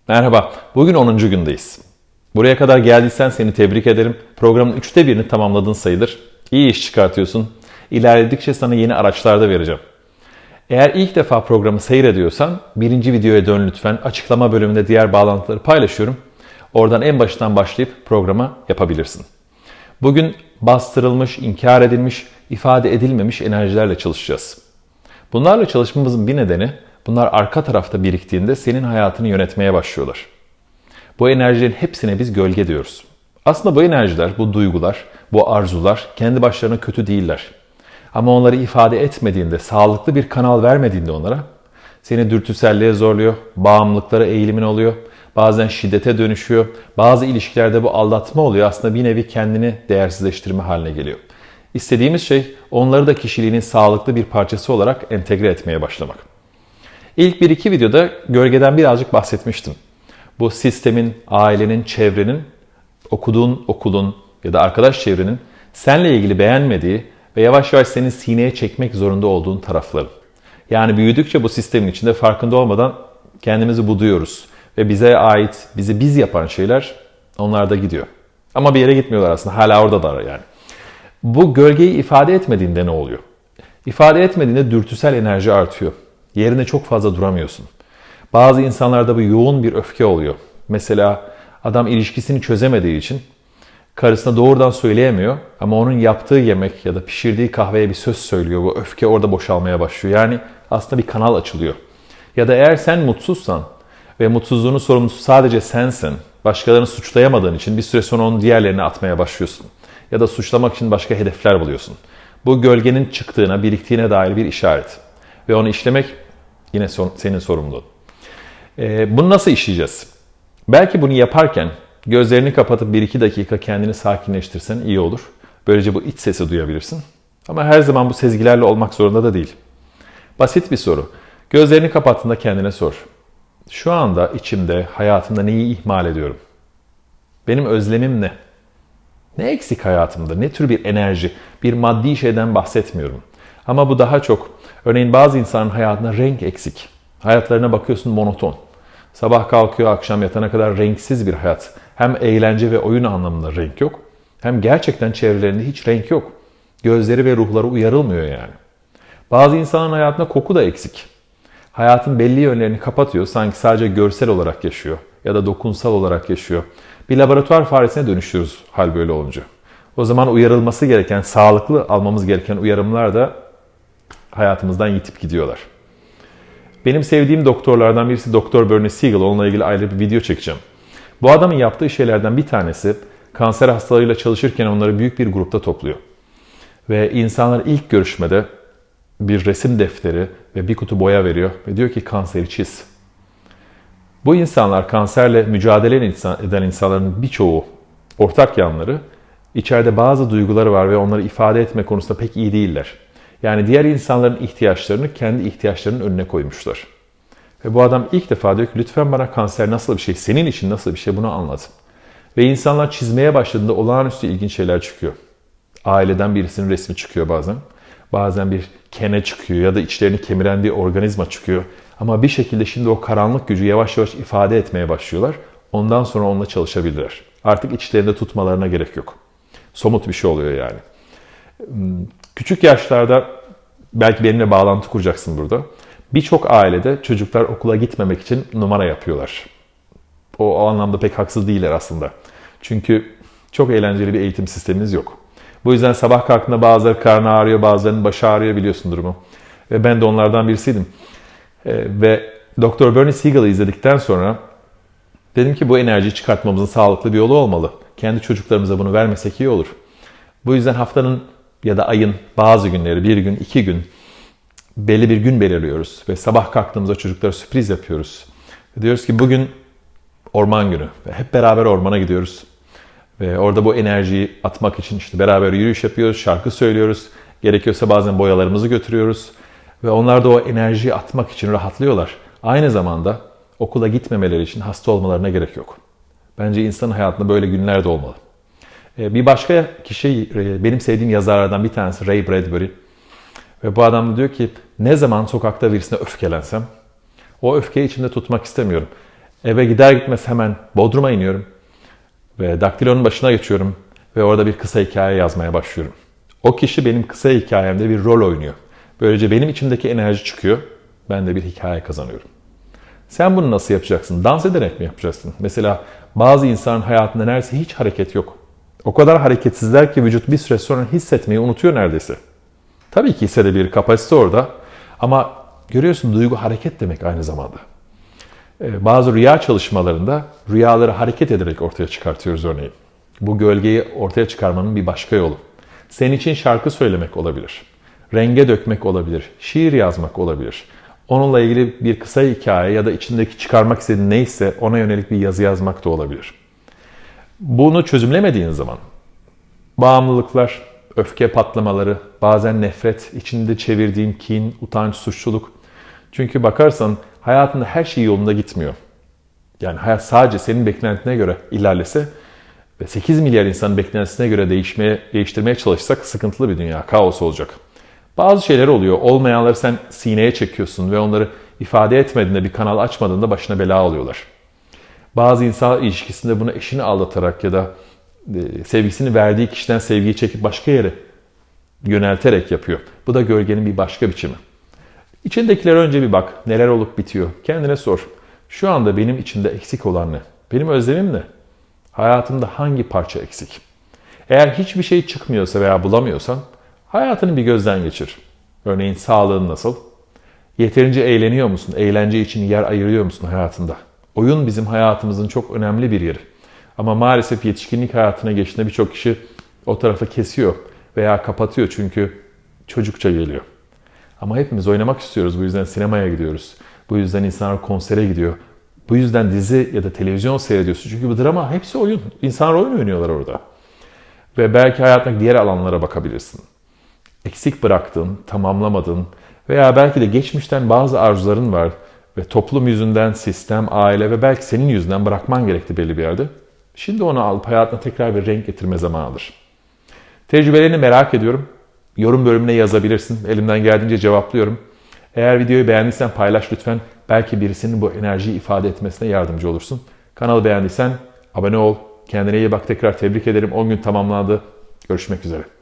Merhaba, bugün 10. gündeyiz. Buraya kadar geldiysen seni tebrik ederim. Programın 1/3'ünü tamamladın sayılır. İyi iş çıkartıyorsun. İlerledikçe sana yeni araçlar da vereceğim. Eğer ilk defa programı seyrediyorsan birinci videoya dön lütfen. Açıklama bölümünde diğer bağlantıları paylaşıyorum. Oradan en başından başlayıp programa yapabilirsin. Bugün bastırılmış, inkar edilmiş, ifade edilmemiş enerjilerle çalışacağız. Bunlarla çalışmamızın bir nedeni, bunlar arka tarafta biriktiğinde senin hayatını yönetmeye başlıyorlar. Bu enerjilerin hepsine biz gölge diyoruz. Aslında bu enerjiler, bu duygular, bu arzular kendi başlarına kötü değiller. Ama onları ifade etmediğinde, sağlıklı bir kanal vermediğinde onlara seni dürtüselliğe zorluyor, bağımlılıklara eğilimin oluyor, bazen şiddete dönüşüyor, bazı ilişkilerde bu aldatma oluyor. Aslında bir nevi kendini değersizleştirme haline geliyor. İstediğimiz şey onları da kişiliğinin sağlıklı bir parçası olarak entegre etmeye başlamak. İlk 1-2 videoda gölgeden birazcık bahsetmiştim. Bu sistemin, ailenin, çevrenin, okuduğun okulun ya da arkadaş çevrenin seninle ilgili beğenmediği ve yavaş yavaş senin sineye çekmek zorunda olduğun tarafları. Yani büyüdükçe bu sistemin içinde farkında olmadan kendimizi buduyoruz. Ve bize ait, bizi biz yapan şeyler onlarda gidiyor. Ama bir yere gitmiyorlar aslında. Hala oradalar yani. Bu gölgeyi ifade etmediğinde ne oluyor? İfade etmediğinde dürtüsel enerji artıyor. Yerine çok fazla duramıyorsun. Bazı insanlarda bu yoğun bir öfke oluyor. Mesela adam ilişkisini çözemediği için karısına doğrudan söyleyemiyor ama onun yaptığı yemek ya da pişirdiği kahveye bir söz söylüyor. Bu öfke orada boşalmaya başlıyor. Yani aslında bir kanal açılıyor. Ya da eğer sen mutsuzsan ve mutsuzluğunun sorumlusu sadece sensin, başkalarını suçlayamadığın için bir süre sonra onu diğerlerine atmaya başlıyorsun. Ya da suçlamak için başka hedefler buluyorsun. Bu gölgenin çıktığına, biriktiğine dair bir işaret. Ve onu işlemek yine senin sorumluluğun. Bunu nasıl işleyeceğiz? Belki bunu yaparken gözlerini kapatıp 1-2 dakika kendini sakinleştirsen iyi olur. Böylece bu iç sesi duyabilirsin. Ama her zaman bu sezgilerle olmak zorunda da değil. Basit bir soru. Gözlerini kapattığında kendine sor. Şu anda içimde, hayatımda neyi ihmal ediyorum? Benim özlemim ne? Ne eksik hayatımda? Ne tür bir enerji? Bir maddi şeyden bahsetmiyorum. Ama bu daha çok, örneğin bazı insanın hayatında renk eksik. Hayatlarına bakıyorsun monoton. Sabah kalkıyor, akşam yatana kadar renksiz bir hayat. Hem eğlence ve oyun anlamında renk yok, hem gerçekten çevrelerinde hiç renk yok. Gözleri ve ruhları uyarılmıyor yani. Bazı insanın hayatında koku da eksik. Hayatın belli yönlerini kapatıyor, sanki sadece görsel olarak yaşıyor ya da dokunsal olarak yaşıyor. Bir laboratuvar faresine dönüşüyoruz hal böyle olunca. O zaman uyarılması gereken, sağlıklı almamız gereken uyarımlar da hayatımızdan yitip gidiyorlar. Benim sevdiğim doktorlardan birisi Dr. Bernie Siegel, onunla ilgili ayrı bir video çekeceğim. Bu adamın yaptığı şeylerden bir tanesi, kanser hastalarıyla çalışırken onları büyük bir grupta topluyor. Ve insanlar ilk görüşmede bir resim defteri ve bir kutu boya veriyor ve diyor ki kanseri çiz. Bu insanlar, kanserle mücadele eden insanların birçoğu ortak yanları, içeride bazı duyguları var ve onları ifade etme konusunda pek iyi değiller. Yani diğer insanların ihtiyaçlarını kendi ihtiyaçlarının önüne koymuşlar. Ve bu adam ilk defa diyor ki lütfen bana kanser nasıl bir şey, senin için nasıl bir şey bunu anlat. Ve insanlar çizmeye başladığında olağanüstü ilginç şeyler çıkıyor. Aileden birisinin resmi çıkıyor bazen. Bazen bir kene çıkıyor ya da içlerini kemiren bir organizma çıkıyor. Ama bir şekilde şimdi o karanlık gücü yavaş yavaş ifade etmeye başlıyorlar. Ondan sonra onunla çalışabilirler. Artık içlerinde tutmalarına gerek yok. Somut bir şey oluyor yani. Küçük yaşlarda belki benimle bağlantı kuracaksın burada. Birçok ailede çocuklar okula gitmemek için numara yapıyorlar. O anlamda pek haksız değiller aslında. Çünkü çok eğlenceli bir eğitim sistemimiz yok. Bu yüzden sabah kalktığında bazıları karnı ağrıyor, bazılarının başı ağrıyor, biliyorsun durumu. Ve ben de onlardan birisiydim. Ve Dr. Bernie Siegel'ı izledikten sonra dedim ki bu enerjiyi çıkartmamızın sağlıklı bir yolu olmalı. Kendi çocuklarımıza bunu vermesek iyi olur. Bu yüzden haftanın ya da ayın bazı günleri, 1 gün, 2 gün belli bir gün belirliyoruz. Ve sabah kalktığımızda çocuklara sürpriz yapıyoruz. Ve diyoruz ki bugün orman günü. Ve hep beraber ormana gidiyoruz. Ve orada bu enerjiyi atmak için işte beraber yürüyüş yapıyoruz, şarkı söylüyoruz. Gerekiyorsa bazen boyalarımızı götürüyoruz. Ve onlar da o enerjiyi atmak için rahatlıyorlar. Aynı zamanda okula gitmemeleri için hasta olmalarına gerek yok. Bence insanın hayatında böyle günler de olmalı. Bir başka kişi, benim sevdiğim yazarlardan bir tanesi Ray Bradbury. Ve bu adam diyor ki ne zaman sokakta birisine öfkelensem o öfkeyi içimde tutmak istemiyorum. Eve gider gitmez hemen Bodrum'a iniyorum ve daktilonun başına geçiyorum ve orada bir kısa hikaye yazmaya başlıyorum. O kişi benim kısa hikayemde bir rol oynuyor. Böylece benim içimdeki enerji çıkıyor, ben de bir hikaye kazanıyorum. Sen bunu nasıl yapacaksın? Dans ederek mi yapacaksın? Mesela bazı insanın hayatında neredeyse hiç hareket yok. O kadar hareketsizler ki vücut bir süre sonra hissetmeyi unutuyor neredeyse. Tabii ki hissedebilir, kapasite orada ama görüyorsun duygu hareket demek aynı zamanda. Bazı rüya çalışmalarında rüyaları hareket ederek ortaya çıkartıyoruz örneğin. Bu gölgeyi ortaya çıkarmanın bir başka yolu. Senin için şarkı söylemek olabilir. Renge dökmek olabilir. Şiir yazmak olabilir. Onunla ilgili bir kısa hikaye ya da içindeki çıkarmak istediğin neyse ona yönelik bir yazı yazmak da olabilir. Bunu çözümlemediğin zaman bağımlılıklar, öfke patlamaları, bazen nefret, içinde çevirdiğin kin, utanç, suçluluk. Çünkü bakarsan hayatında her şey yolunda gitmiyor. Yani hayat sadece senin beklentine göre ilerlese ve 8 milyar insanın beklentisine göre değiştirmeye çalışsak sıkıntılı bir dünya, kaos olacak. Bazı şeyler oluyor, olmayanları sen sineye çekiyorsun ve onları ifade etmediğinde, bir kanal açmadığında başına bela oluyorlar. Bazı insan ilişkisinde bunu eşini aldatarak ya da sevgisini verdiği kişiden sevgiyi çekip başka yere yönelterek yapıyor. Bu da gölgenin bir başka biçimi. İçindekilere önce bir bak. Neler olup bitiyor? Kendine sor. Şu anda benim içimde eksik olan ne? Benim özlemim ne? Hayatımda hangi parça eksik? Eğer hiçbir şey çıkmıyorsa veya bulamıyorsan hayatını bir gözden geçir. Örneğin sağlığın nasıl? Yeterince eğleniyor musun? Eğlence için yer ayırıyor musun hayatında? Oyun bizim hayatımızın çok önemli bir yeri. Ama maalesef yetişkinlik hayatına geçtiğinde birçok kişi o tarafı kesiyor veya kapatıyor çünkü çocukça geliyor. Ama hepimiz oynamak istiyoruz. Bu yüzden sinemaya gidiyoruz. Bu yüzden insanlar konsere gidiyor. Bu yüzden dizi ya da televizyon seyrediyorsun. Çünkü bu drama hepsi oyun. İnsanlar oyun oynuyorlar orada. Ve belki hayatındaki diğer alanlara bakabilirsin. Eksik bıraktığın, tamamlamadığın veya belki de geçmişten bazı arzuların var ve toplum yüzünden, sistem, aile ve belki senin yüzünden bırakman gerekti belli bir yerde. Şimdi onu alıp hayatına tekrar bir renk getirme zamanıdır. Tecrübelerini merak ediyorum. Yorum bölümüne yazabilirsin. Elimden geldiğince cevaplıyorum. Eğer videoyu beğendiysen paylaş lütfen. Belki birisinin bu enerjiyi ifade etmesine yardımcı olursun. Kanalı beğendiysen abone ol. Kendine iyi bak. Tekrar tebrik ederim. 10 gün tamamlandı. Görüşmek üzere.